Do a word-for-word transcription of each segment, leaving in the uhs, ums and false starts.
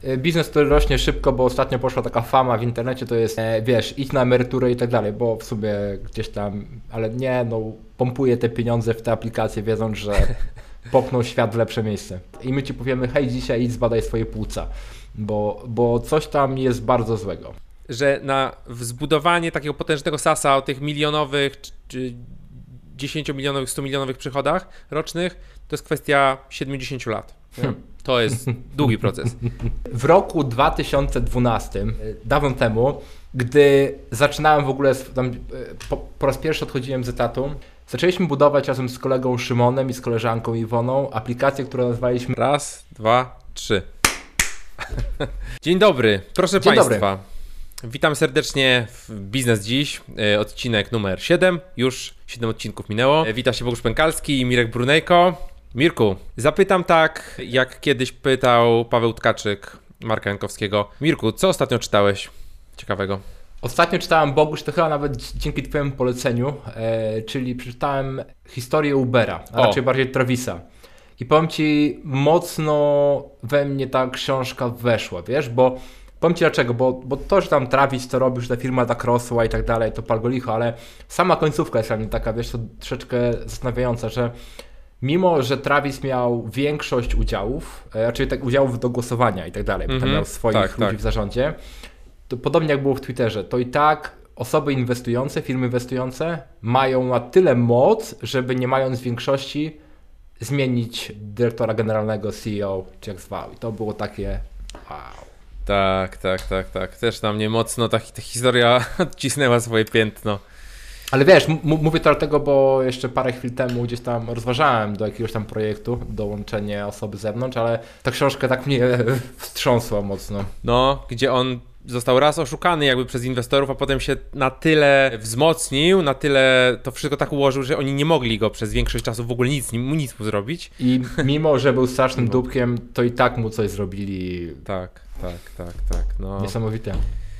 biznes, który rośnie szybko, bo ostatnio poszła taka fama w internecie, to jest, e, wiesz, idź na emeryturę i tak dalej, bo w sumie gdzieś tam, ale nie, no pompuje te pieniądze w te aplikacje, wiedząc, że popchną świat w lepsze miejsce. I my ci powiemy, hej, dzisiaj idź zbadaj swoje płuca, bo, bo coś tam jest bardzo złego. Że na zbudowanie takiego potężnego sasa o tych milionowych czy dziesięciomilionowych, stumilionowych przychodach rocznych, to jest kwestia siedemdziesiąt lat. Hmm. To jest długi proces. W roku dwa tysiące dwunastym, dawno temu, gdy zaczynałem w ogóle, tam, po, po raz pierwszy odchodziłem z etatu, zaczęliśmy budować razem z kolegą Szymonem i z koleżanką Iwoną aplikację, którą nazwaliśmy... Raz, dwa, trzy. Dzień dobry, proszę Dzień Państwa. Dobry. Witam serdecznie w Biznes Dziś, odcinek numer siedem. Już siedem odcinków minęło. Witam się Bogusz Pękalski i Mirek Brunejko. Mirku, zapytam tak, jak kiedyś pytał Paweł Tkaczyk Marka Jankowskiego. Mirku, co ostatnio czytałeś ciekawego? Ostatnio czytałem, Bogusz, to chyba nawet dzięki twojemu poleceniu, e, czyli przeczytałem historię Ubera, a raczej bardziej Travisa. I powiem ci, mocno we mnie ta książka weszła, wiesz, bo powiem ci dlaczego, bo, bo to, że tam Travis to robił, że ta firma tak rosła i tak dalej, to pal go licho, ale sama końcówka jest dla mnie taka, wiesz, to troszeczkę zastanawiająca, że mimo, że Travis miał większość udziałów, raczej tak udziałów do głosowania i tak dalej, bo tam miał swoich tak, ludzi tak. w zarządzie, to podobnie jak było w Twitterze, to i tak osoby inwestujące, firmy inwestujące mają na tyle moc, żeby nie mając większości zmienić dyrektora generalnego, C E O, czy jak zwał. I to było takie wow. Tak, tak, tak, tak. Też na mnie mocno ta, ta historia odcisnęła swoje piętno. Ale wiesz, m- mówię to dlatego, bo jeszcze parę chwil temu gdzieś tam rozważałem do jakiegoś tam projektu dołączenie osoby z zewnątrz, ale ta książka tak mnie wstrząsła mocno. No, gdzie on został raz oszukany jakby przez inwestorów, a potem się na tyle wzmocnił, na tyle to wszystko tak ułożył, że oni nie mogli go przez większość czasu w ogóle nic, mu nic mu zrobić. I mimo, że był strasznym dupkiem, to i tak mu coś zrobili. Tak, tak, tak, tak. No. Niesamowite.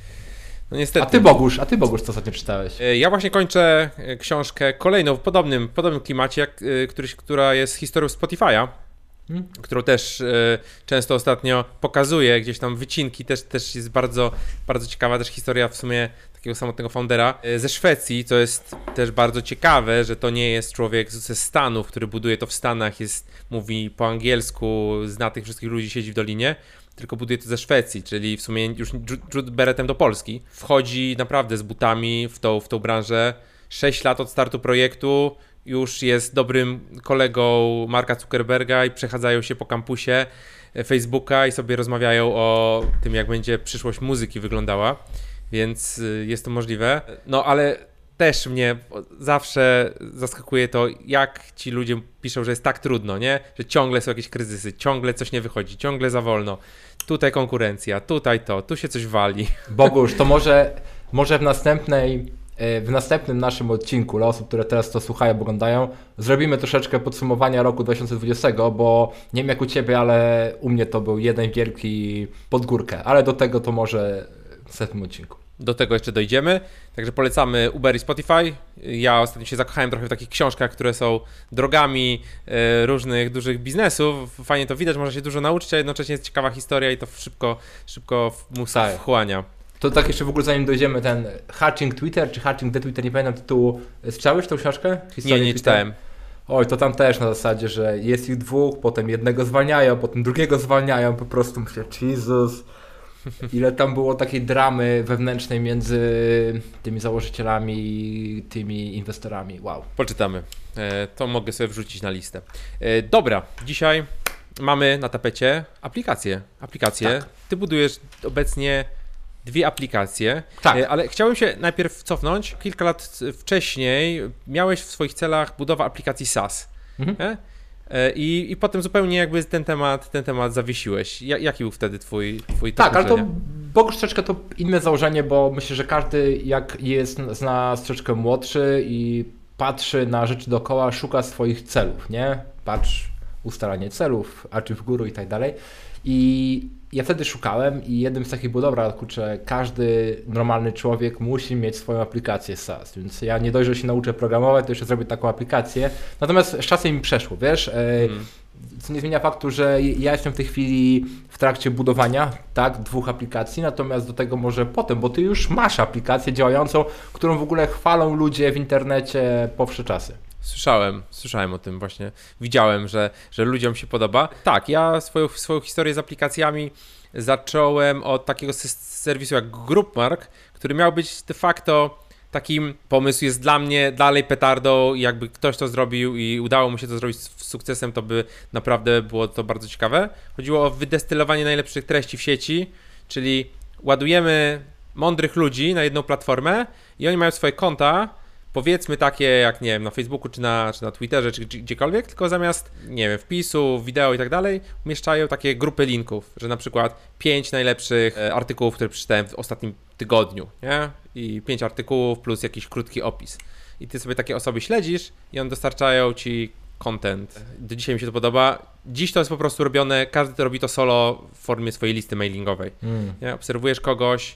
No niestety. A ty Bogusz, a ty Bogusz, co ostatnio czytałeś? Ja właśnie kończę książkę kolejną w podobnym, podobnym klimacie, jak, któryś, która jest historią Spotify'a. Hmm. Którą też y, często ostatnio pokazuję, gdzieś tam wycinki, też, też jest bardzo, bardzo ciekawa też historia w sumie takiego samotnego foundera y, ze Szwecji, co jest też bardzo ciekawe, że to nie jest człowiek ze Stanów, który buduje to w Stanach, jest, mówi po angielsku, zna tych wszystkich ludzi, siedzi w Dolinie, tylko buduje to ze Szwecji, czyli w sumie już rzut beretem do Polski. Wchodzi naprawdę z butami w tą, w tą branżę, sześć lat od startu projektu, już jest dobrym kolegą Marka Zuckerberga i przechadzają się po kampusie Facebooka i sobie rozmawiają o tym, jak będzie przyszłość muzyki wyglądała, więc jest to możliwe. No ale też mnie zawsze zaskakuje to, jak ci ludzie piszą, że jest tak trudno, nie? Że ciągle są jakieś kryzysy, ciągle coś nie wychodzi, ciągle za wolno. Tutaj konkurencja, tutaj to, tu się coś wali. Bogusz, to może, może w następnej W następnym naszym odcinku, dla osób, które teraz to słuchają, oglądają, zrobimy troszeczkę podsumowania roku dwa tysiące dwudziestego, bo nie wiem jak u Ciebie, ale u mnie to był jeden wielki podgórkę, ale do tego to może w następnym odcinku. Do tego jeszcze dojdziemy, także polecamy Uber i Spotify. Ja ostatnio się zakochałem trochę w takich książkach, które są drogami e, różnych dużych biznesów. Fajnie to widać, można się dużo nauczyć, a jednocześnie jest ciekawa historia i to szybko, szybko mózg Tak. wchłania. To tak jeszcze w ogóle zanim dojdziemy, ten Hatching Twitter, czy Hatching the Twitter, nie pamiętam tytułu. Czytałeś tą książkę? Historię nie, nie Twitter? czytałem. Oj, to tam też na zasadzie, że jest ich dwóch, potem jednego zwalniają, potem drugiego zwalniają, po prostu myślę, Jezus, ile tam było takiej dramy wewnętrznej między tymi założycielami i tymi inwestorami, wow. Poczytamy, e, to mogę sobie wrzucić na listę. E, dobra, dzisiaj mamy na tapecie aplikacje. Aplikacje. Tak. Ty budujesz obecnie dwie aplikacje, tak. Ale chciałem się najpierw cofnąć. Kilka lat wcześniej miałeś w swoich celach budowę aplikacji SaaS. Mhm. I, I potem zupełnie jakby ten temat, ten temat zawiesiłeś. Jaki był wtedy twój, twój Tak, ale to Bogusz troszeczkę to inne założenie, bo myślę, że każdy jak jest z nas troszeczkę młodszy i patrzy na rzeczy dookoła, szuka swoich celów, nie? Patrz, ustalanie celów, a czy w górę i tak dalej. I ja wtedy szukałem i jednym z takich było, dobra, kurczę, każdy normalny człowiek musi mieć swoją aplikację SaaS, więc ja nie dość, że się nauczę programować, to jeszcze zrobię taką aplikację. Natomiast z czasem mi przeszło, wiesz, mm. co nie zmienia faktu, że ja jestem w tej chwili w trakcie budowania, tak, dwóch aplikacji, natomiast do tego może potem, bo ty już masz aplikację działającą, którą w ogóle chwalą ludzie w internecie po wsze czasy. Słyszałem, słyszałem o tym właśnie. Widziałem, że, że ludziom się podoba. Tak, ja swoją, swoją historię z aplikacjami zacząłem od takiego serwisu jak Groupmark, który miał być de facto takim, pomysł jest dla mnie dalej petardą i jakby ktoś to zrobił i udało mu się to zrobić z sukcesem, to by naprawdę było to bardzo ciekawe. Chodziło o wydestylowanie najlepszych treści w sieci, czyli ładujemy mądrych ludzi na jedną platformę i oni mają swoje konta, powiedzmy takie jak, nie wiem, na Facebooku, czy na, czy na Twitterze, czy gdziekolwiek, tylko zamiast, nie wiem, wpisów, wideo i tak dalej, umieszczają takie grupy linków, że na przykład pięć najlepszych artykułów, które przeczytałem w ostatnim tygodniu, nie? I pięć artykułów plus jakiś krótki opis. I ty sobie takie osoby śledzisz i one dostarczają ci content. Do dzisiaj mi się to podoba. Dziś to jest po prostu robione, każdy to robi to solo w formie swojej listy mailingowej. Mm. Nie? Obserwujesz kogoś,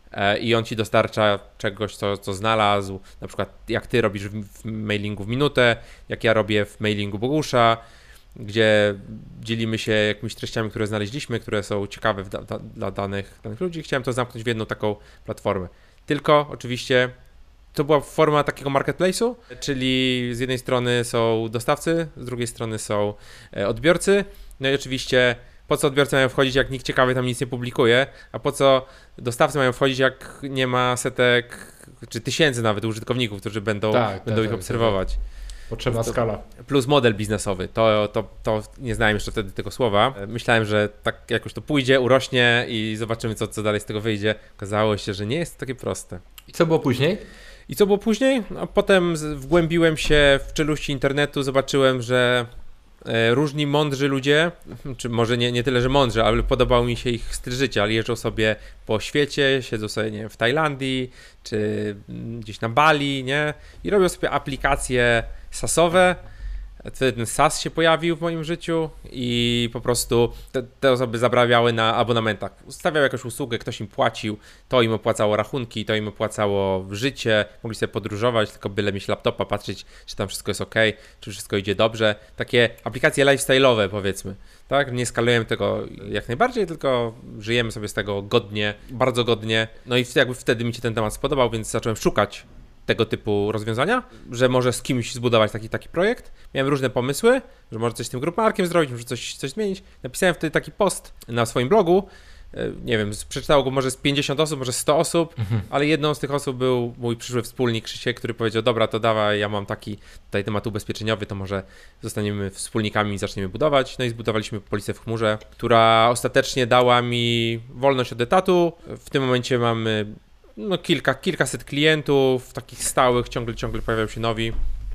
i on ci dostarcza czegoś, co, co znalazł, na przykład jak ty robisz w, w mailingu w minutę, jak ja robię w mailingu Bogusza, gdzie dzielimy się jakimiś treściami, które znaleźliśmy, które są ciekawe da, da, dla danych, danych ludzi. Chciałem to zamknąć w jedną taką platformę. Tylko oczywiście to była forma takiego marketplace'u, czyli z jednej strony są dostawcy, z drugiej strony są odbiorcy, no i oczywiście po co odbiorcy mają wchodzić, jak nikt ciekawy tam nic nie publikuje, a po co dostawcy mają wchodzić, jak nie ma setek, czy tysięcy nawet użytkowników, którzy będą, tak, będą tak, ich tak, obserwować. Tak. Potrzebna to, skala. Plus model biznesowy, to, to, to nie znałem jeszcze wtedy tego słowa. Myślałem, że tak jakoś to pójdzie, urośnie i zobaczymy, co, co dalej z tego wyjdzie. Okazało się, że nie jest to takie proste. I co było później? I co było później? No, potem wgłębiłem się w czeluści internetu, zobaczyłem, że różni mądrzy ludzie, czy może nie, nie tyle, że mądrzy, ale podobał mi się ich styl życia, ale jeżdżą sobie po świecie, siedzą sobie, nie wiem, w Tajlandii, czy gdzieś na Bali, nie? I robią sobie aplikacje sasowe. Wtedy ten SaaS się pojawił w moim życiu i po prostu te, te osoby zarabiały na abonamentach. Ustawiał jakąś usługę, ktoś im płacił, to im opłacało rachunki, to im opłacało życie, mogli sobie podróżować, tylko byle mieć laptopa, patrzeć, czy tam wszystko jest ok, czy wszystko idzie dobrze. Takie aplikacje lifestyle'owe, powiedzmy. Tak? Nie skalujemy tego jak najbardziej, tylko żyjemy sobie z tego godnie, bardzo godnie. No i jakby wtedy mi się ten temat spodobał, więc zacząłem szukać tego typu rozwiązania, że może z kimś zbudować taki, taki projekt. Miałem różne pomysły, że może coś z tym Groupmarkiem zrobić, może coś, coś zmienić. Napisałem wtedy taki post na swoim blogu. Nie wiem, przeczytało go może z pięćdziesiąt osób, może sto osób, mhm. ale jedną z tych osób był mój przyszły wspólnik Krzysiek, który powiedział, dobra, to dawaj, ja mam taki tutaj temat ubezpieczeniowy, to może zostaniemy wspólnikami i zaczniemy budować. No i zbudowaliśmy polisę w chmurze, która ostatecznie dała mi wolność od etatu. W tym momencie mamy no kilka, kilkaset klientów, takich stałych, ciągle, ciągle pojawiają się nowi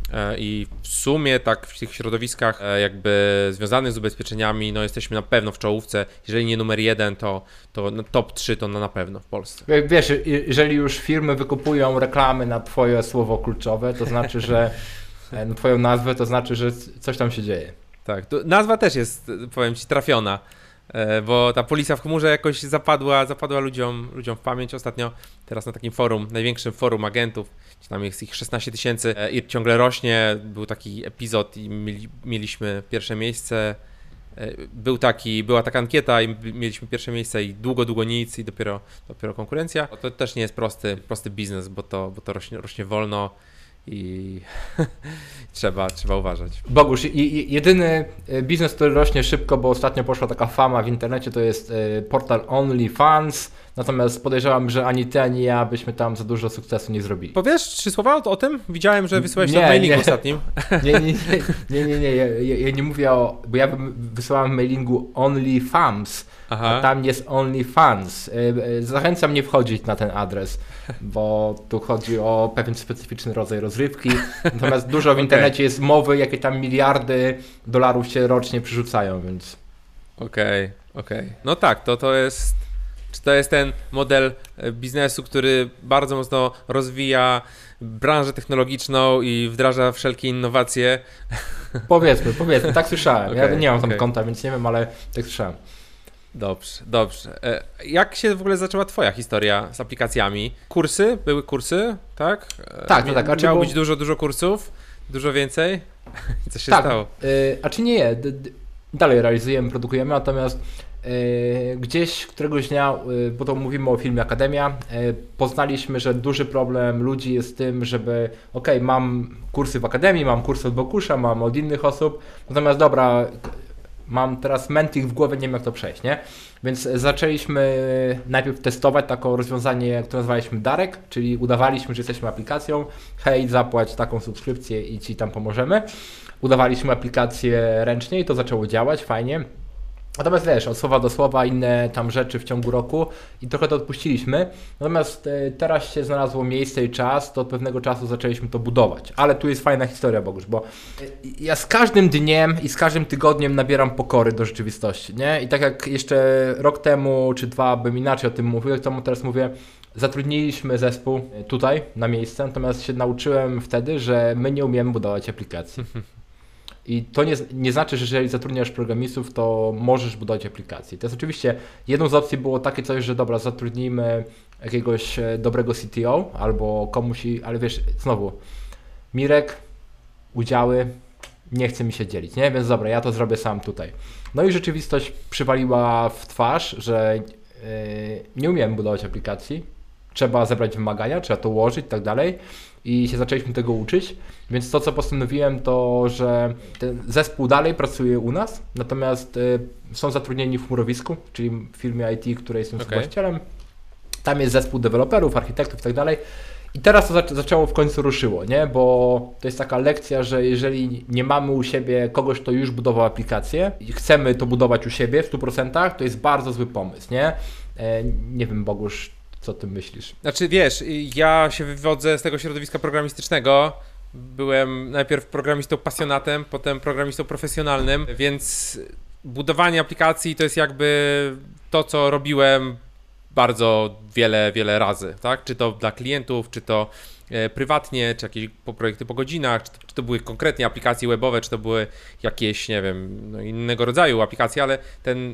i w sumie tak w tych środowiskach jakby związanych z ubezpieczeniami, no jesteśmy na pewno w czołówce, jeżeli nie numer jeden, to, to top trzy to na pewno w Polsce. Wiesz, jeżeli już firmy wykupują reklamy na twoje słowo kluczowe, to znaczy, że na twoją nazwę, to znaczy, że coś tam się dzieje. Tak, nazwa też jest, powiem ci, trafiona. Bo ta polisa w chmurze jakoś zapadła, zapadła ludziom, ludziom w pamięć ostatnio. Teraz na takim forum, największym forum agentów, gdzie tam jest ich szesnaście tysięcy i ciągle rośnie. Był taki epizod i mieli, mieliśmy pierwsze miejsce. Był taki, była taka ankieta i mieliśmy pierwsze miejsce i długo, długo nic i dopiero, dopiero konkurencja. To też nie jest prosty, prosty biznes, bo to, bo to rośnie, rośnie wolno. I trzeba, trzeba uważać. Bogusz, jedyny biznes, który rośnie szybko, bo ostatnio poszła taka fama w internecie, to jest portal OnlyFans, natomiast podejrzewam, że ani ty, ani ja byśmy tam za dużo sukcesu nie zrobili. Powiesz trzy słowa o, o tym? Widziałem, że wysłałeś na mailingu ostatnim. Nie, nie, nie, nie, nie, nie, ja, ja nie mówię o, bo ja wysyłałem w mailingu OnlyFans, Aha. a tam jest OnlyFans. Zachęcam nie wchodzić na ten adres, bo tu chodzi o pewien specyficzny rodzaj rozrywki, natomiast dużo w okay. internecie jest mowy, jakie tam miliardy dolarów się rocznie przerzucają, więc... Okej, okay, okej. Okay. No tak, to to jest... Czy to jest ten model biznesu, który bardzo mocno rozwija branżę technologiczną i wdraża wszelkie innowacje? Powiedzmy, powiedzmy, tak słyszałem. Okay, ja nie mam tam okay. konta, więc nie wiem, ale tak słyszałem. Dobrze, dobrze. Jak się w ogóle zaczęła twoja historia z aplikacjami? Kursy? Były kursy, tak? Tak, no tak. A Miało bo... być dużo, dużo kursów? Dużo więcej? Co się tak, stało? Yy, a czy nie? D- d- dalej realizujemy, produkujemy, natomiast Yy, gdzieś któregoś dnia, yy, bo to mówimy o filmie Akademia, yy, poznaliśmy, że duży problem ludzi jest z tym, żeby ok, mam kursy w Akademii, mam kursy od Bokusza, mam od innych osób, natomiast dobra, mam teraz mętlik w głowie, nie wiem jak to przejść, nie? Więc zaczęliśmy najpierw testować takie rozwiązanie, które nazwaliśmy Darek, czyli udawaliśmy, że jesteśmy aplikacją, hej, zapłać taką subskrypcję i Ci tam pomożemy. Udawaliśmy aplikację ręcznie i to zaczęło działać, fajnie. Natomiast wiesz, od słowa do słowa inne tam rzeczy w ciągu roku i trochę to odpuściliśmy. Natomiast y, teraz się znalazło miejsce i czas, to od pewnego czasu zaczęliśmy to budować. Ale tu jest fajna historia, Bogusz, bo y, ja z każdym dniem i z każdym tygodniem nabieram pokory do rzeczywistości, nie? I tak jak jeszcze rok temu czy dwa bym inaczej o tym mówił, to teraz mówię, zatrudniliśmy zespół tutaj na miejsce, natomiast się nauczyłem wtedy, że my nie umiemy budować aplikacji. I to nie, nie znaczy, że jeżeli zatrudniasz programistów, to możesz budować aplikacje. To jest oczywiście, jedną z opcji było takie coś, że dobra, zatrudnijmy jakiegoś dobrego C T O albo komuś, ale wiesz, znowu, Mirek, udziały, nie chce mi się dzielić, nie? Więc dobra, ja to zrobię sam tutaj. No i rzeczywistość przywaliła w twarz, że yy, nie umiemy budować aplikacji, trzeba zebrać wymagania, trzeba to ułożyć i tak dalej. I się zaczęliśmy tego uczyć, więc to co postanowiłem to, że ten zespół dalej pracuje u nas, natomiast y, są zatrudnieni w chmurowisku, czyli w firmie I T, której jestem okay. właścicielem. Tam jest zespół deweloperów, architektów i tak dalej. I teraz to zac- zaczęło w końcu ruszyło, nie? Bo to jest taka lekcja, że jeżeli nie mamy u siebie kogoś, kto już budował aplikację i chcemy to budować u siebie w stu procentach, to jest bardzo zły pomysł, nie? E, nie wiem, Bogusz, co ty myślisz? Znaczy wiesz, ja się wywodzę z tego środowiska programistycznego. Byłem najpierw programistą pasjonatem, potem programistą profesjonalnym, więc budowanie aplikacji to jest jakby to, co robiłem bardzo wiele, wiele razy, tak? Czy to dla klientów, czy to e, prywatnie, czy jakieś projekty po godzinach, czy to, czy to były konkretnie aplikacje webowe, czy to były jakieś, nie wiem, no, innego rodzaju aplikacje, ale ten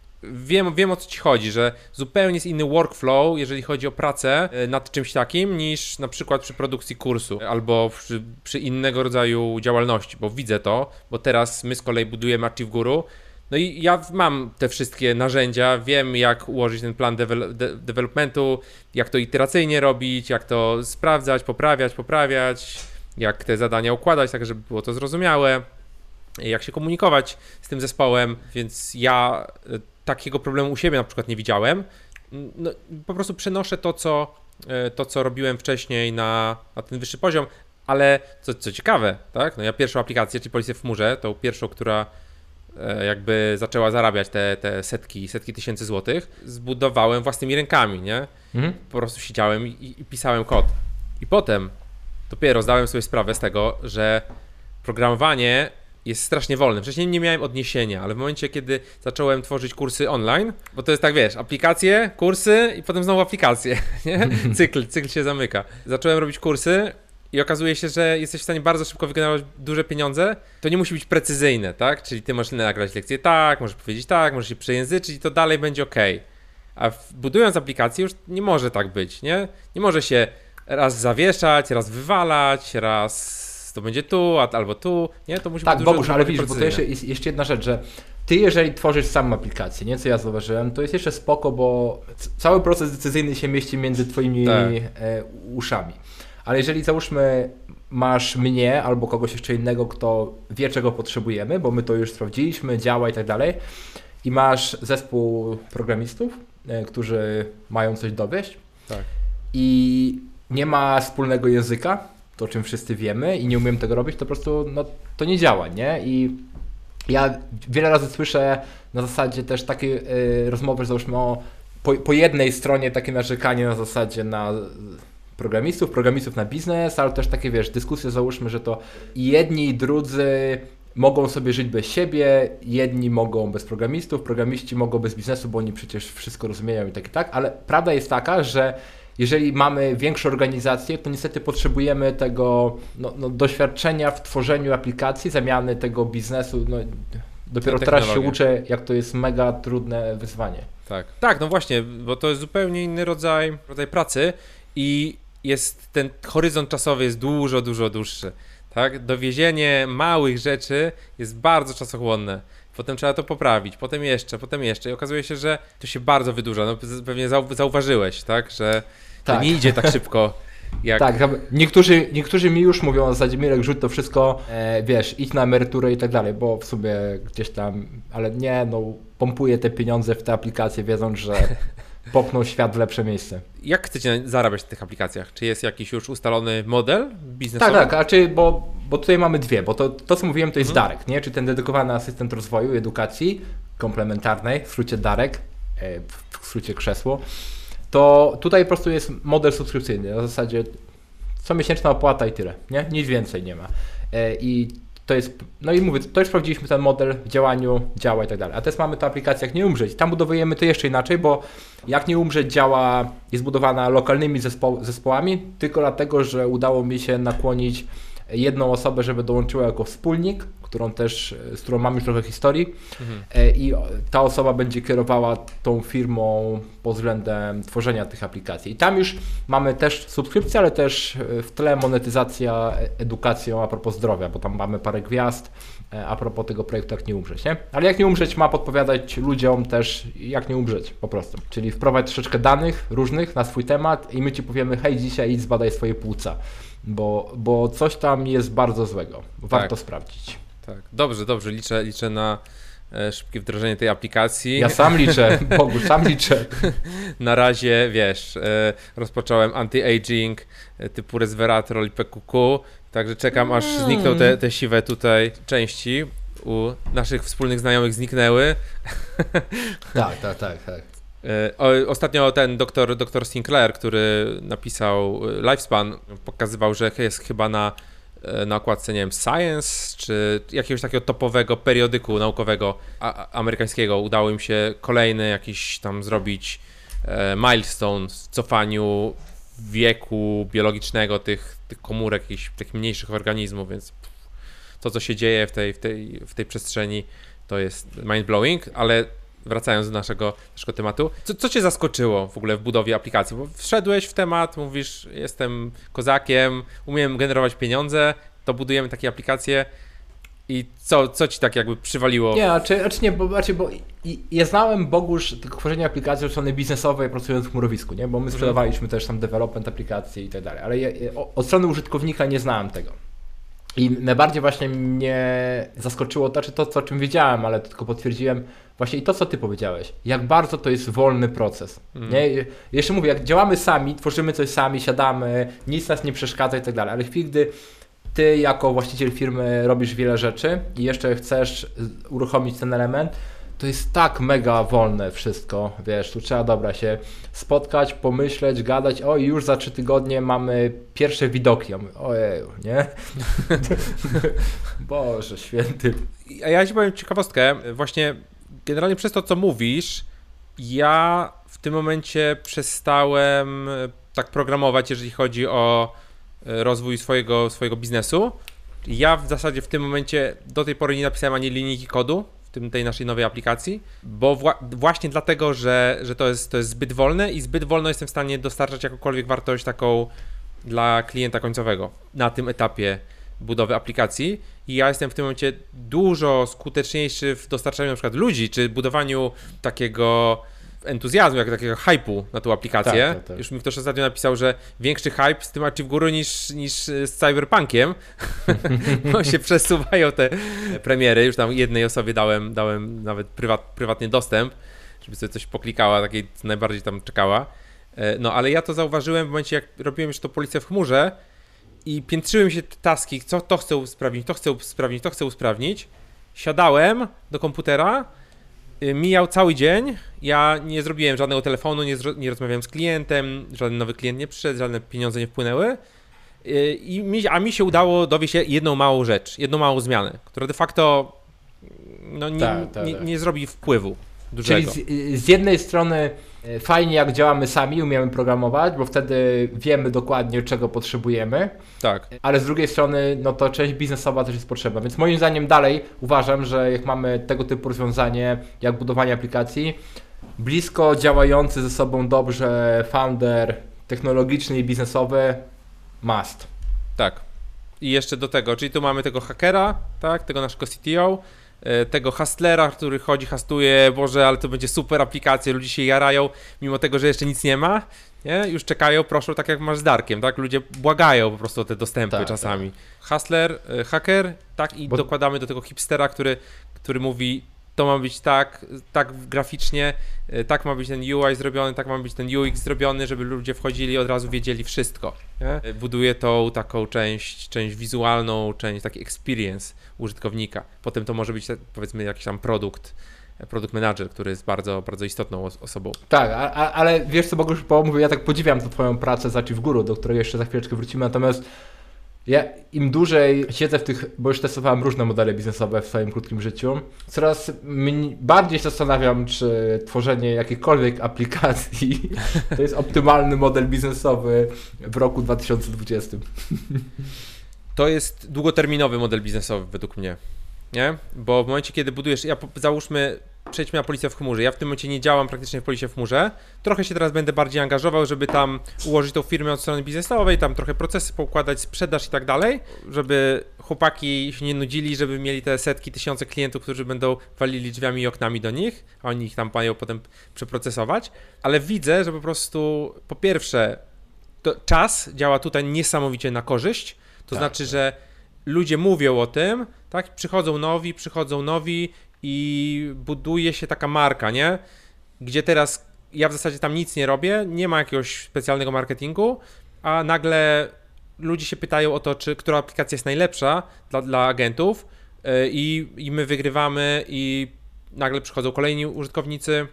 Wiem, wiem o co ci chodzi, że zupełnie jest inny workflow, jeżeli chodzi o pracę nad czymś takim, niż na przykład przy produkcji kursu albo przy, przy innego rodzaju działalności, bo widzę to, bo teraz my z kolei budujemy Achieve Guru, no i ja mam te wszystkie narzędzia, wiem jak ułożyć ten plan devel- de- developmentu, jak to iteracyjnie robić, jak to sprawdzać, poprawiać, poprawiać, jak te zadania układać, tak żeby było to zrozumiałe, jak się komunikować z tym zespołem, więc ja takiego problemu u siebie na przykład nie widziałem. No, po prostu przenoszę to, co, to, co robiłem wcześniej na, na ten wyższy poziom, ale co, co ciekawe, tak? No ja pierwszą aplikację, czyli Policję w chmurze, tą pierwszą, która jakby zaczęła zarabiać te, te setki, setki tysięcy złotych, zbudowałem własnymi rękami, nie? Mhm. Po prostu siedziałem i, i pisałem kod. I potem dopiero zdałem sobie sprawę z tego, że programowanie jest strasznie wolny. Wcześniej nie miałem odniesienia, ale w momencie, kiedy zacząłem tworzyć kursy online, bo to jest tak, wiesz, aplikacje, kursy i potem znowu aplikacje, nie? Cykl, cykl się zamyka. Zacząłem robić kursy i okazuje się, że jesteś w stanie bardzo szybko wygenerować duże pieniądze. To nie musi być precyzyjne, tak? Czyli ty możesz nagrać lekcję tak, możesz powiedzieć tak, możesz się przejęzyczyć i to dalej będzie ok. A budując aplikację już nie może tak być, nie? Nie może się raz zawieszać, raz wywalać, raz to będzie tu, albo tu, nie? To musi tak, być dużo, Bogusz, ale widzisz, bo to jeszcze, jest jeszcze jedna rzecz, że ty jeżeli tworzysz samą aplikację, nie, co ja zauważyłem, to jest jeszcze spoko, bo cały proces decyzyjny się mieści między twoimi tak. e, uszami. Ale jeżeli załóżmy masz mnie albo kogoś jeszcze innego, kto wie czego potrzebujemy, bo my to już sprawdziliśmy, działa i tak dalej, i masz zespół programistów, e, którzy mają coś dowieść tak. i nie ma wspólnego języka, to o czym wszyscy wiemy i nie umiem tego robić, to po prostu no, to nie działa, nie? I ja wiele razy słyszę na zasadzie też takie y, rozmowy, że załóżmy o, po, po jednej stronie takie narzekanie na zasadzie na programistów, programistów na biznes, ale też takie, wiesz, dyskusje załóżmy, że to jedni i drudzy mogą sobie żyć bez siebie, jedni mogą bez programistów, programiści mogą bez biznesu, bo oni przecież wszystko rozumieją i tak i tak, ale prawda jest taka, że jeżeli mamy większą organizację, to niestety potrzebujemy tego no, no, doświadczenia w tworzeniu aplikacji, zamiany tego biznesu. No, dopiero teraz się uczę, jak to jest mega trudne wyzwanie. Tak, tak, no właśnie, bo to jest zupełnie inny rodzaj, rodzaj pracy i jest ten horyzont czasowy jest dużo, dużo dłuższy. Tak? Dowiezienie małych rzeczy jest bardzo czasochłonne. potem trzeba to poprawić, potem jeszcze, potem jeszcze i okazuje się, że to się bardzo wydłuża. No pewnie zau- zauważyłeś, tak, że to tak. nie idzie tak szybko. Jak... Tak, niektórzy, niektórzy mi już mówią w zasadzie, Mirek, rzuć to wszystko, e, wiesz, idź na emeryturę i tak dalej, bo w sumie gdzieś tam, ale nie, no pompuję te pieniądze w te aplikacje, wiedząc, że popchną świat w lepsze miejsce. Jak chcecie zarabiać w tych aplikacjach? Czy jest jakiś już ustalony model biznesowy? Tak, tak, a czy, bo, bo tutaj mamy dwie, bo to, to co mówiłem, to jest hmm. Darek, nie? Czy ten dedykowany asystent rozwoju, edukacji komplementarnej, w skrócie Darek, e, w skrócie krzesło. To tutaj po prostu jest model subskrypcyjny, na zasadzie comiesięczna opłata i tyle, nie? Nic więcej nie ma. I to jest, no i mówię, to już sprawdziliśmy ten model w działaniu, działa i tak dalej. A teraz mamy to aplikację Jak Nie Umrzeć. Tam budowujemy to jeszcze inaczej, bo Jak Nie Umrzeć działa, jest budowana lokalnymi zespo- zespołami, tylko dlatego, że udało mi się nakłonić jedną osobę, żeby dołączyła jako wspólnik, którą też, z którą mam już trochę historii mhm. i ta osoba będzie kierowała tą firmą pod względem tworzenia tych aplikacji. I tam już mamy też subskrypcję, ale też w tle monetyzacja edukacją a propos zdrowia, bo tam mamy parę gwiazd a propos tego projektu Jak Nie Umrzeć, nie? Ale Jak Nie Umrzeć ma podpowiadać ludziom też jak nie umrzeć po prostu. Czyli wprowadź troszeczkę danych różnych na swój temat i my Ci powiemy, hej, dzisiaj idź zbadaj swoje płuca, bo, bo coś tam jest bardzo złego. Warto tak. sprawdzić. Tak, dobrze, dobrze, liczę, liczę na e, szybkie wdrożenie tej aplikacji. Ja sam liczę, Bogu, sam liczę. Na razie, wiesz, e, rozpocząłem anti-aging e, typu resveratrol i P Q Q, także czekam aż mm. znikną te, te siwe tutaj części, u naszych wspólnych znajomych zniknęły. Tak, tak, tak, tak. E, o, ostatnio ten doktor, doktor Sinclair, który napisał Lifespan, pokazywał, że jest chyba na na okładce, nie wiem, Science, czy jakiegoś takiego topowego periodyku naukowego a, amerykańskiego udało im się kolejny jakiś tam zrobić e, milestone w cofaniu wieku biologicznego tych, tych komórek, jakichś takich mniejszych organizmów, więc pff, to, co się dzieje w tej, w tej, w tej przestrzeni, to jest mind-blowing, ale wracając do naszego, naszego tematu, co, co Cię zaskoczyło w ogóle w budowie aplikacji? Bo wszedłeś w temat, mówisz, jestem kozakiem, umiem generować pieniądze, to budujemy takie aplikacje i co, co Ci tak jakby przywaliło? Nie, a czy, a czy nie, bo, a czy, bo ja znałem Bogusz tylko tworzenie aplikacji od strony biznesowej pracując w chmurowisku, nie? Bo my sprzedawaliśmy też tam development aplikacji i tak dalej, ale ja, od strony użytkownika nie znałem tego. I najbardziej właśnie mnie zaskoczyło to, czy to, co, o czym wiedziałem, ale tylko potwierdziłem właśnie i to, co Ty powiedziałeś, jak bardzo to jest wolny proces. Mm. Nie? Jeszcze mówię, jak działamy sami, tworzymy coś sami, siadamy, nic nas nie przeszkadza i tak dalej, ale w chwili, gdy Ty jako właściciel firmy robisz wiele rzeczy i jeszcze chcesz uruchomić ten element, to jest tak mega wolne wszystko, wiesz, tu trzeba dobra się spotkać, pomyśleć, gadać, o i już za trzy tygodnie mamy pierwsze widoki, ojeju, nie? Boże święty. A ja Ci powiem ciekawostkę, właśnie generalnie przez to, co mówisz, ja w tym momencie przestałem tak programować, jeżeli chodzi o rozwój swojego, swojego biznesu. Ja w zasadzie w tym momencie do tej pory nie napisałem ani linijki kodu w tym, tej naszej nowej aplikacji, bo wła- właśnie dlatego, że, że to, jest, to jest zbyt wolne i zbyt wolno jestem w stanie dostarczać jakąkolwiek wartość taką dla klienta końcowego na tym etapie budowy aplikacji i ja jestem w tym momencie dużo skuteczniejszy w dostarczaniu na przykład ludzi, czy budowaniu takiego entuzjazmu, jak takiego hype'u na tą aplikację. Tak, tak, tak. Już mi ktoś ostatnio napisał, że większy hype z tym w górę niż, niż z Cyberpunkiem, bo się przesuwają te premiery. Już tam jednej osobie dałem, dałem nawet prywat, prywatny dostęp, żeby sobie coś poklikała, takiej co najbardziej tam czekała. No ale ja to zauważyłem w momencie, jak robiłem już to Policję w chmurze i piętrzyły mi się te taski, co to chcę usprawnić, to chcę usprawnić, to chcę usprawnić. Siadałem do komputera, mijał cały dzień, ja nie zrobiłem żadnego telefonu, nie, zro- nie rozmawiałem z klientem, żaden nowy klient nie przyszedł, żadne pieniądze nie wpłynęły, I mi, a mi się udało dowieść jedną małą rzecz, jedną małą zmianę, która de facto no, nie, tak, tak, nie, tak. nie zrobi wpływu dużego. Czyli z, z jednej strony fajnie jak działamy sami, umiemy programować, bo wtedy wiemy dokładnie czego potrzebujemy, tak. Ale z drugiej strony no to część biznesowa też jest potrzebna, więc moim zdaniem dalej uważam, że jak mamy tego typu rozwiązanie jak budowanie aplikacji, blisko działający ze sobą dobrze founder technologiczny i biznesowy must. Tak. I jeszcze do tego, czyli tu mamy tego hakera, tak, tego naszego C T O, tego hustlera, który chodzi, hustluje, Boże, ale to będzie super aplikacja, ludzie się jarają, mimo tego, że jeszcze nic nie ma, nie? Już czekają, proszą, tak jak masz z Darkiem, tak? Ludzie błagają po prostu o te dostępy tak, czasami. Tak. Hustler, hacker, tak? I Bo... dokładamy do tego hipstera, który, który mówi, to ma być tak, tak graficznie, tak ma być ten U I zrobiony, tak ma być ten U X zrobiony, żeby ludzie wchodzili i od razu wiedzieli wszystko. Nie? Buduje tą taką część, część wizualną, część taki experience użytkownika. Potem to może być, powiedzmy, jakiś tam produkt, product manager, który jest bardzo, bardzo istotną osobą. Tak, a, a, ale wiesz co, Bogusz, bo mówię, ja tak podziwiam tę twoją pracę z Achieve Guru, do której jeszcze za chwileczkę wrócimy, natomiast ja im dłużej siedzę w tych, bo już testowałem różne modele biznesowe w swoim krótkim życiu, coraz bardziej się zastanawiam, czy tworzenie jakiejkolwiek aplikacji to jest optymalny model biznesowy w roku dwa tysiące dwudziestym. To jest długoterminowy model biznesowy według mnie, nie? Bo w momencie, kiedy budujesz, ja załóżmy, przejdźmy na policję w chmurze. Ja w tym momencie nie działam praktycznie w policji w chmurze. Trochę się teraz będę bardziej angażował, żeby tam ułożyć tą firmę od strony biznesowej, tam trochę procesy poukładać, sprzedaż i tak dalej, żeby chłopaki się nie nudzili, żeby mieli te setki, tysiące klientów, którzy będą walili drzwiami i oknami do nich, a oni ich tam mają potem przeprocesować. Ale widzę, że po prostu po pierwsze to czas działa tutaj niesamowicie na korzyść, to tak. Znaczy, że ludzie mówią o tym, tak? Przychodzą nowi, przychodzą nowi i buduje się taka marka, nie? Gdzie teraz ja w zasadzie tam nic nie robię, nie ma jakiegoś specjalnego marketingu, a nagle ludzie się pytają o to, czy która aplikacja jest najlepsza dla, dla agentów i, i my wygrywamy i nagle przychodzą kolejni użytkownicy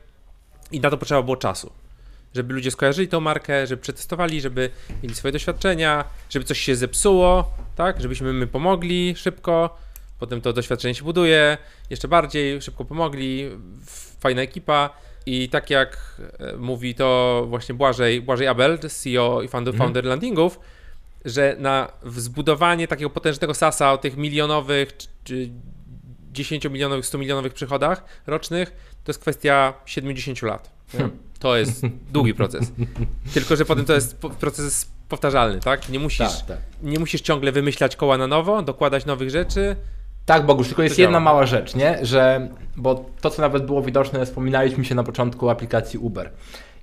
i na to potrzeba było czasu. Żeby ludzie skojarzyli tą markę, żeby przetestowali, żeby mieli swoje doświadczenia, żeby coś się zepsuło, tak? Żebyśmy my pomogli szybko, potem to doświadczenie się buduje, jeszcze bardziej, szybko pomogli, fajna ekipa i tak jak mówi to właśnie Błażej, Błażej Abel, C E O i founder, mhm. founder Landingów, że na zbudowanie takiego potężnego SaaS-a o tych milionowych czy dziesięciomilionowych, stumilionowych przychodach rocznych, to jest kwestia siedemdziesiąt lat. Hmm. To jest długi proces. Tylko że potem to jest proces powtarzalny, tak? Nie musisz, tak, tak. nie musisz ciągle wymyślać koła na nowo, dokładać nowych rzeczy. Tak, Bogusz, tylko jest jedna mała rzecz, nie? Że, bo to, co nawet było widoczne, wspominaliśmy się na początku aplikacji Uber.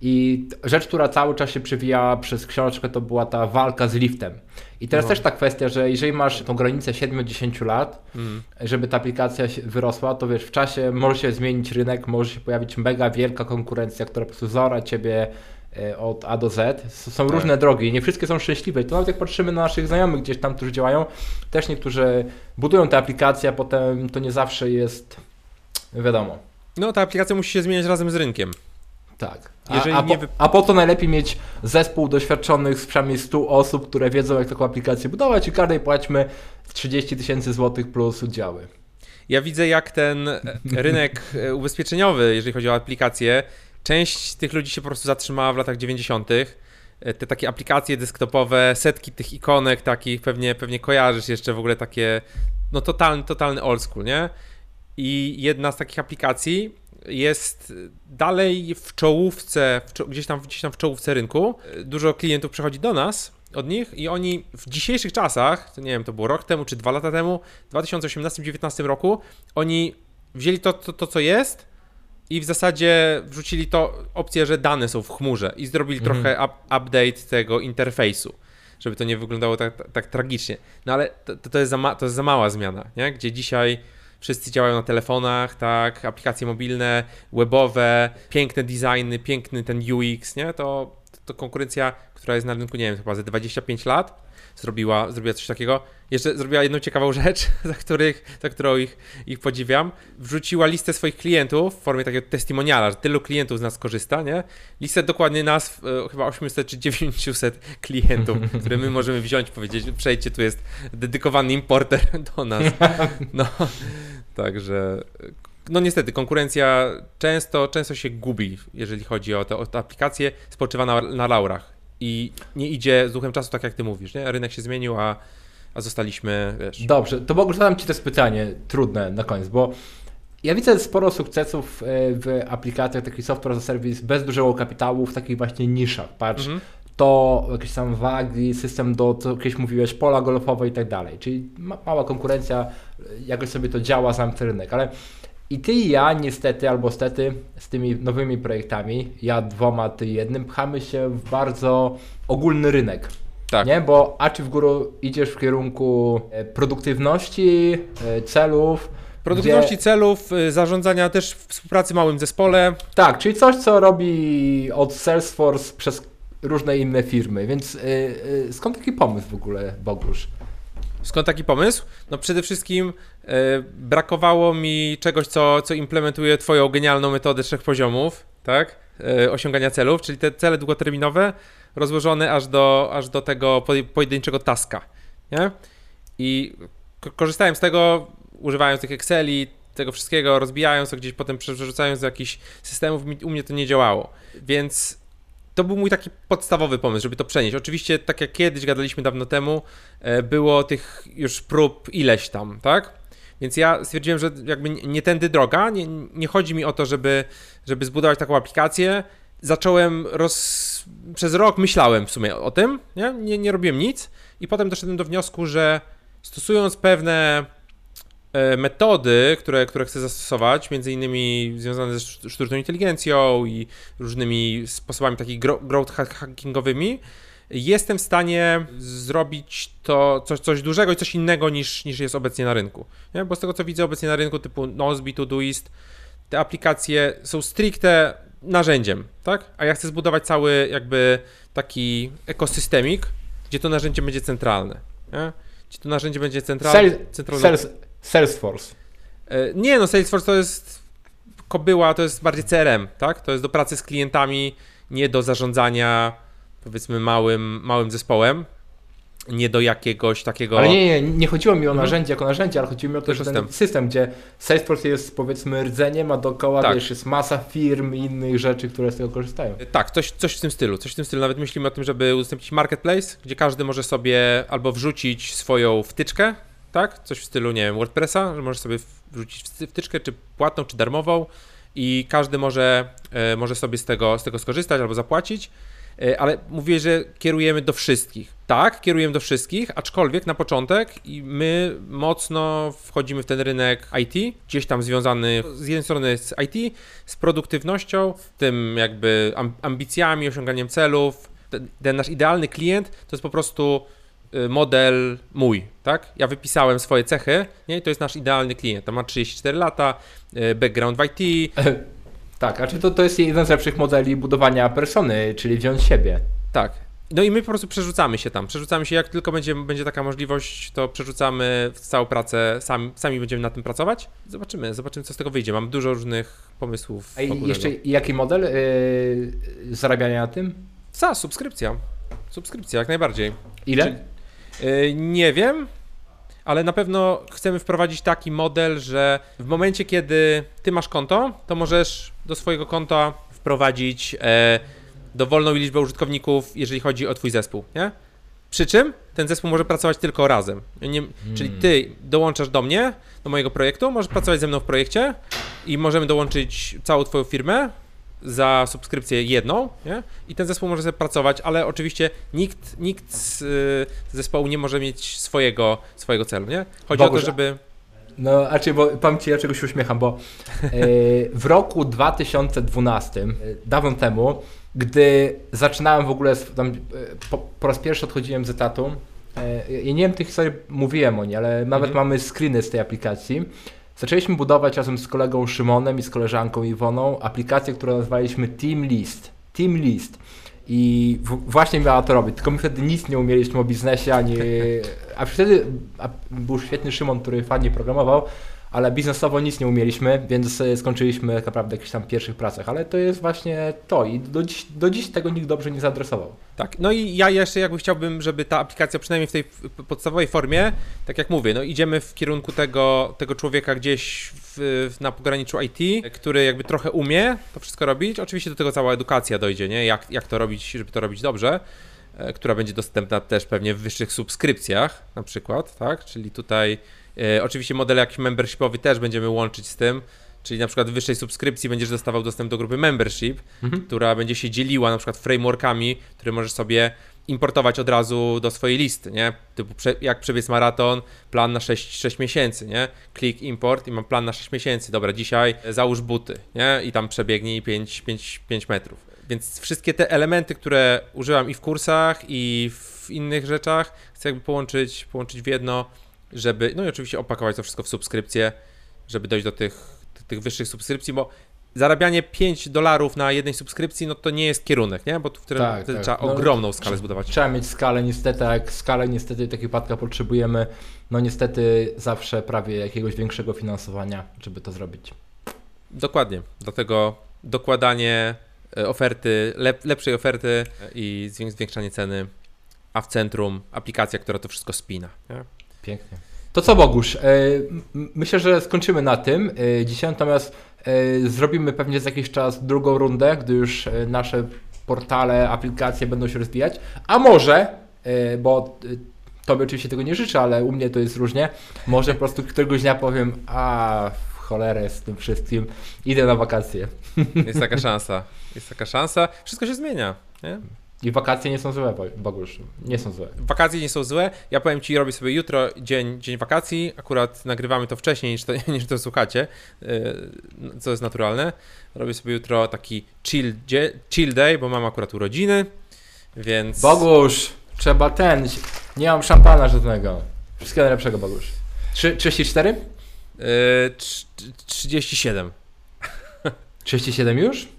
I rzecz, która cały czas się przewijała przez książkę, to była ta walka z liftem. I teraz no. też ta kwestia, że jeżeli masz tą granicę siedem do dziesięciu lat, mm. żeby ta aplikacja wyrosła, to wiesz, w czasie może się zmienić rynek, może się pojawić mega wielka konkurencja, która po prostu zora ciebie od A do Z. Są tak. różne drogi i nie wszystkie są szczęśliwe. I to nawet jak patrzymy na naszych znajomych gdzieś tam, którzy działają, też niektórzy budują te aplikacje, a potem to nie zawsze jest wiadomo. No ta aplikacja musi się zmieniać razem z rynkiem. Tak. A, Jeżeli a, po, nie wy... a po to najlepiej mieć zespół doświadczonych z przynajmniej stu osób, które wiedzą, jak taką aplikację budować i każdej płaćmy trzydzieści tysięcy złotych plus udziały. Ja widzę, jak ten rynek ubezpieczeniowy, jeżeli chodzi o aplikacje, część tych ludzi się po prostu zatrzymała w latach dziewięćdziesiątych. Te takie aplikacje desktopowe, setki tych ikonek takich, pewnie, pewnie kojarzysz jeszcze w ogóle takie, no totalny, totalny old school, nie? I jedna z takich aplikacji jest dalej w czołówce, w czo- gdzieś, tam, gdzieś tam w czołówce rynku. Dużo klientów przychodzi do nas od nich i oni w dzisiejszych czasach, to nie wiem, to było rok temu czy dwa lata temu, w dwa tysiące osiemnastym dziewiętnastym roku, oni wzięli to, to, to co jest i w zasadzie wrzucili to opcję, że dane są w chmurze i zrobili mhm. trochę up, update tego interfejsu, żeby to nie wyglądało tak, tak, tak tragicznie. No ale to, to, jest za ma- to jest za mała zmiana, nie? Gdzie dzisiaj wszyscy działają na telefonach, tak, aplikacje mobilne, webowe, piękne designy, piękny ten U X, nie? To, to konkurencja, która jest na rynku, nie wiem, chyba za dwadzieścia pięć lat zrobiła, zrobiła coś takiego. Jeszcze zrobiła jedną ciekawą rzecz, za, których, za którą ich, ich podziwiam. Wrzuciła listę swoich klientów w formie takiego testimoniala, że tylu klientów z nas korzysta, nie? Listę dokładnie nazw, e, chyba osiemset czy dziewięćset klientów, które my możemy wziąć, powiedzieć, przejdźcie, tu jest dedykowany importer do nas. No, także... No niestety, konkurencja często, często się gubi, jeżeli chodzi o te, o te aplikacje, spoczywa na, na laurach i nie idzie z duchem czasu, tak jak ty mówisz, nie? Rynek się zmienił, a, a zostaliśmy, wiesz... Dobrze, to Bogu, zadam ci też pytanie trudne na koniec, bo ja widzę sporo sukcesów w aplikacjach takich software as a service bez dużego kapitału w takich właśnie niszach. Patrz, mhm. to jakieś tam wagi, system do, co kiedyś mówiłeś, pola golfowe i tak dalej. Czyli ma, mała konkurencja, jakoś sobie to działa, zamknięty rynek, ale i ty i ja niestety albo stety z tymi nowymi projektami, ja dwoma, ty jednym, pchamy się w bardzo ogólny rynek. Tak. Nie? Bo a czy w górę idziesz w kierunku produktywności, celów. Produktywności, gdzie... celów, zarządzania też współpracy w małym zespole. Tak, czyli coś, co robi od Salesforce przez różne inne firmy, więc yy, yy, skąd taki pomysł w ogóle, Bogusz? Skąd taki pomysł? No przede wszystkim yy, brakowało mi czegoś, co, co implementuje twoją genialną metodę trzech poziomów, tak? Yy, osiągania celów, czyli te cele długoterminowe rozłożone aż do, aż do tego pojedynczego taska, nie? I k- korzystałem z tego, używając tych Exceli, tego wszystkiego, rozbijając to gdzieś, potem przerzucając do jakichś systemów, u mnie to nie działało, więc to był mój taki podstawowy pomysł, żeby to przenieść. Oczywiście, tak jak kiedyś gadaliśmy dawno temu, było tych już prób ileś tam, tak? Więc ja stwierdziłem, że jakby nie tędy droga, nie, nie chodzi mi o to, żeby, żeby zbudować taką aplikację. Zacząłem roz... przez rok myślałem w sumie o tym, nie? Nie, nie robiłem nic i potem doszedłem do wniosku, że stosując pewne metody, które, które chcę zastosować, między innymi związane ze sztuczną inteligencją i różnymi sposobami takimi growth hackingowymi, jestem w stanie zrobić to coś, coś dużego i coś innego niż, niż jest obecnie na rynku. Nie? Bo z tego, co widzę obecnie na rynku typu Nozbe, Todoist, te aplikacje są stricte narzędziem, tak? A ja chcę zbudować cały jakby taki ekosystemik, gdzie to narzędzie będzie centralne. Nie? Gdzie to narzędzie będzie centralne. centralne. Sales, Salesforce. Nie, no Salesforce to jest kobyła, to jest bardziej C R M, tak? To jest do pracy z klientami, nie do zarządzania powiedzmy małym, małym zespołem, nie do jakiegoś takiego... Ale nie, nie, nie chodziło mi o narzędzie jako narzędzie, ale chodziło mi o to, że system. ten system, gdzie Salesforce jest powiedzmy rdzeniem, a dookoła tak. wiesz, jest masa firm i innych rzeczy, które z tego korzystają. Tak, coś, coś w tym stylu, coś w tym stylu. Nawet myślimy o tym, żeby udostępnić marketplace, gdzie każdy może sobie albo wrzucić swoją wtyczkę, tak? Coś w stylu, nie wiem, WordPressa, że możesz sobie wrzucić wtyczkę, czy płatną, czy darmową i każdy może, e, może sobie z tego, z tego skorzystać albo zapłacić, e, ale mówię, że kierujemy do wszystkich. Tak, kierujemy do wszystkich, aczkolwiek na początek i my mocno wchodzimy w ten rynek I T, gdzieś tam związany z jednej strony z I T, z produktywnością, tym jakby ambicjami, osiąganiem celów. Ten, ten nasz idealny klient to jest po prostu model mój, tak? Ja wypisałem swoje cechy, nie? I to jest nasz idealny klient. To ma trzydzieści cztery lata, background w I T. Tak, a czy to, to jest jeden z lepszych modeli budowania persony, czyli wziąć siebie. Tak. No i my po prostu przerzucamy się tam. Przerzucamy się, jak tylko będzie, będzie taka możliwość, to przerzucamy w całą pracę, sami, sami będziemy nad tym pracować. Zobaczymy, zobaczymy, co z tego wyjdzie. Mam dużo różnych pomysłów. A i jeszcze jaki model yy, zarabiania na tym? Za, subskrypcja. Subskrypcja, jak najbardziej. Ile? Czyli, yy, nie wiem, ale na pewno chcemy wprowadzić taki model, że w momencie, kiedy ty masz konto, to możesz do swojego konta wprowadzić e, dowolną liczbę użytkowników, jeżeli chodzi o twój zespół, nie? Przy czym ten zespół może pracować tylko razem. Nie, hmm. Czyli ty dołączasz do mnie, do mojego projektu, możesz pracować ze mną w projekcie i możemy dołączyć całą twoją firmę za subskrypcję jedną, nie? I ten zespół może sobie pracować, ale oczywiście nikt, nikt z y, zespołu nie może mieć swojego, swojego celu, nie? Chodzi Boguż, o to, żeby... No, a czy, bo powiem ci, dlaczego się uśmiecham, bo yy, w roku dwa tysiące dwunastym, yy, dawno temu, gdy zaczynałem w ogóle, tam, yy, po, po raz pierwszy odchodziłem z etatu, yy, ja nie wiem, tych historii mówiłem o niej, ale nawet mhm. mamy screeny z tej aplikacji. Zaczęliśmy budować razem z kolegą Szymonem i z koleżanką Iwoną aplikację, którą nazwaliśmy Team List. Team List. I w, właśnie miała to robić, tylko my wtedy nic nie umieliśmy o biznesie, ani, a wtedy a był świetny Szymon, który fajnie programował, ale biznesowo nic nie umieliśmy, więc skończyliśmy tak naprawdę w jakichś tam pierwszych pracach, ale to jest właśnie to i do dziś, do dziś tego nikt dobrze nie zaadresował. Tak, no i ja jeszcze jakby chciałbym, żeby ta aplikacja przynajmniej w tej podstawowej formie, tak jak mówię, no idziemy w kierunku tego, tego człowieka gdzieś w, na pograniczu I T, który jakby trochę umie to wszystko robić, oczywiście do tego cała edukacja dojdzie, nie? Jak, jak to robić, żeby to robić dobrze, która będzie dostępna też pewnie w wyższych subskrypcjach na przykład, tak, czyli tutaj E, oczywiście model jakiś membershipowy też będziemy łączyć z tym, Czyli na przykład w wyższej subskrypcji będziesz dostawał dostęp do grupy membership, Mhm. która będzie się dzieliła na przykład frameworkami, które możesz sobie importować od razu do swojej listy, nie? Typu prze, jak przebiec maraton, plan na sześć, sześć miesięcy, nie? Klik import i mam plan na sześć miesięcy. Dobra, dzisiaj załóż buty, nie? I tam przebiegnij pięć, pięć, pięć metrów. Więc wszystkie te elementy, które użyłam i w kursach, i w innych rzeczach, chcę jakby połączyć, połączyć w jedno, żeby, no i oczywiście opakować to wszystko w subskrypcję, żeby dojść do tych, tych wyższych subskrypcji, bo zarabianie pięć dolarów na jednej subskrypcji, no to nie jest kierunek, nie? Bo tu wtedy, Tak, wtedy tak. trzeba No, ogromną skalę zbudować. Trzeba mieć skalę niestety, a jak skalę niestety takiego wypadka potrzebujemy, no niestety zawsze prawie jakiegoś większego finansowania, żeby to zrobić. Dokładnie, dlatego dokładanie oferty, lep, lepszej oferty i zwiększanie ceny, a w centrum aplikacja, która to wszystko spina. Nie? Pięknie. To co, Bogusz, e, myślę, że skończymy na tym e, dzisiaj, natomiast e, zrobimy pewnie za jakiś czas drugą rundę, gdy już e, nasze portale, aplikacje będą się rozwijać, a może, e, bo e, tobie oczywiście tego nie życzę, ale u mnie to jest różnie, może po prostu któregoś dnia powiem, a w cholerę z tym wszystkim, idę na wakacje. Jest taka szansa, jest taka szansa, wszystko się zmienia, nie? I wakacje nie są złe, Bogusz, nie są złe. Wakacje nie są złe, ja powiem Ci, robię sobie jutro dzień, dzień wakacji, akurat nagrywamy to wcześniej niż to, niż to słuchacie, co jest naturalne. Robię sobie jutro taki chill, chill day, bo mam akurat urodziny, więc... Bogusz, trzeba ten, nie mam szampana żadnego. Wszystkiego najlepszego, Bogusz. trzydzieści cztery? Yy, trzydzieści siedem. trzydzieści siedem już?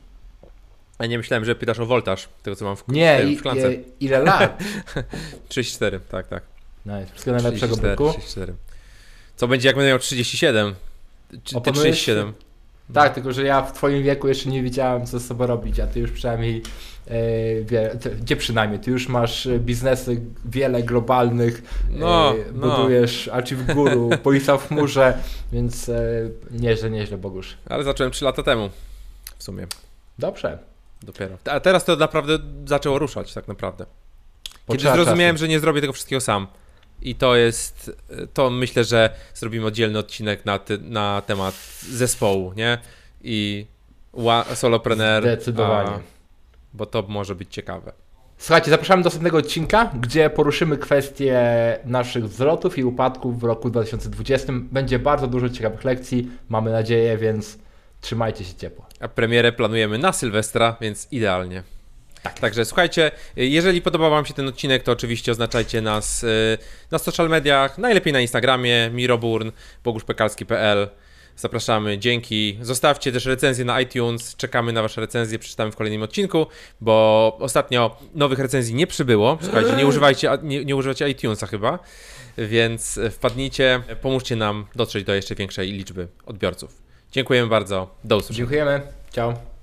A nie myślałem, że pytasz o woltaż tego, co mam w, nie, w szklance. Nie, ile lat? trzydzieści cztery, tak, tak. Nice. Wszystkiego najlepszego, trzydzieści cztery, Bogu. trzydzieści cztery. Co będzie, jak będę miał trzydzieści siedem? Czy ty Opanujesz trzydzieści siedem? się? Tak, tylko że ja w twoim wieku jeszcze nie wiedziałem, co z sobą robić, a ty już przynajmniej, e, wie, ty, gdzie przynajmniej, ty już masz biznesy wiele globalnych, no, e, budujesz no. Achieve Guru, Polisa w chmurze, więc e, nieźle, nieźle, Bogusz. Ale zacząłem trzy lata temu w sumie. Dobrze. Dopiero. A teraz to naprawdę zaczęło ruszać tak naprawdę. Kiedy Potrzeba zrozumiałem, czasu. że nie zrobię tego wszystkiego sam. I to jest, to myślę, że zrobimy oddzielny odcinek na, ty, na temat zespołu, nie? I solopreneur. Zdecydowanie. A, bo to może być ciekawe. Słuchajcie, zapraszamy do następnego odcinka, gdzie poruszymy kwestie naszych wzlotów i upadków w roku dwa tysiące dwudziestym. Będzie bardzo dużo ciekawych lekcji, mamy nadzieję, więc trzymajcie się ciepło. A premierę planujemy na Sylwestra, więc idealnie. Tak. Także słuchajcie, jeżeli podobał Wam się ten odcinek, to oczywiście oznaczajcie nas na social mediach, najlepiej na Instagramie, Miroburn, boguszpekalski kropka p l. Zapraszamy, dzięki. Zostawcie też recenzję na iTunes, czekamy na Wasze recenzje, przeczytamy w kolejnym odcinku, bo ostatnio nowych recenzji nie przybyło. Słuchajcie, nie używajcie, nie, nie używajcie iTunesa chyba, więc wpadnijcie, pomóżcie nam dotrzeć do jeszcze większej liczby odbiorców. Dziękujemy bardzo, do usłyszenia. Dziękujemy, ciao.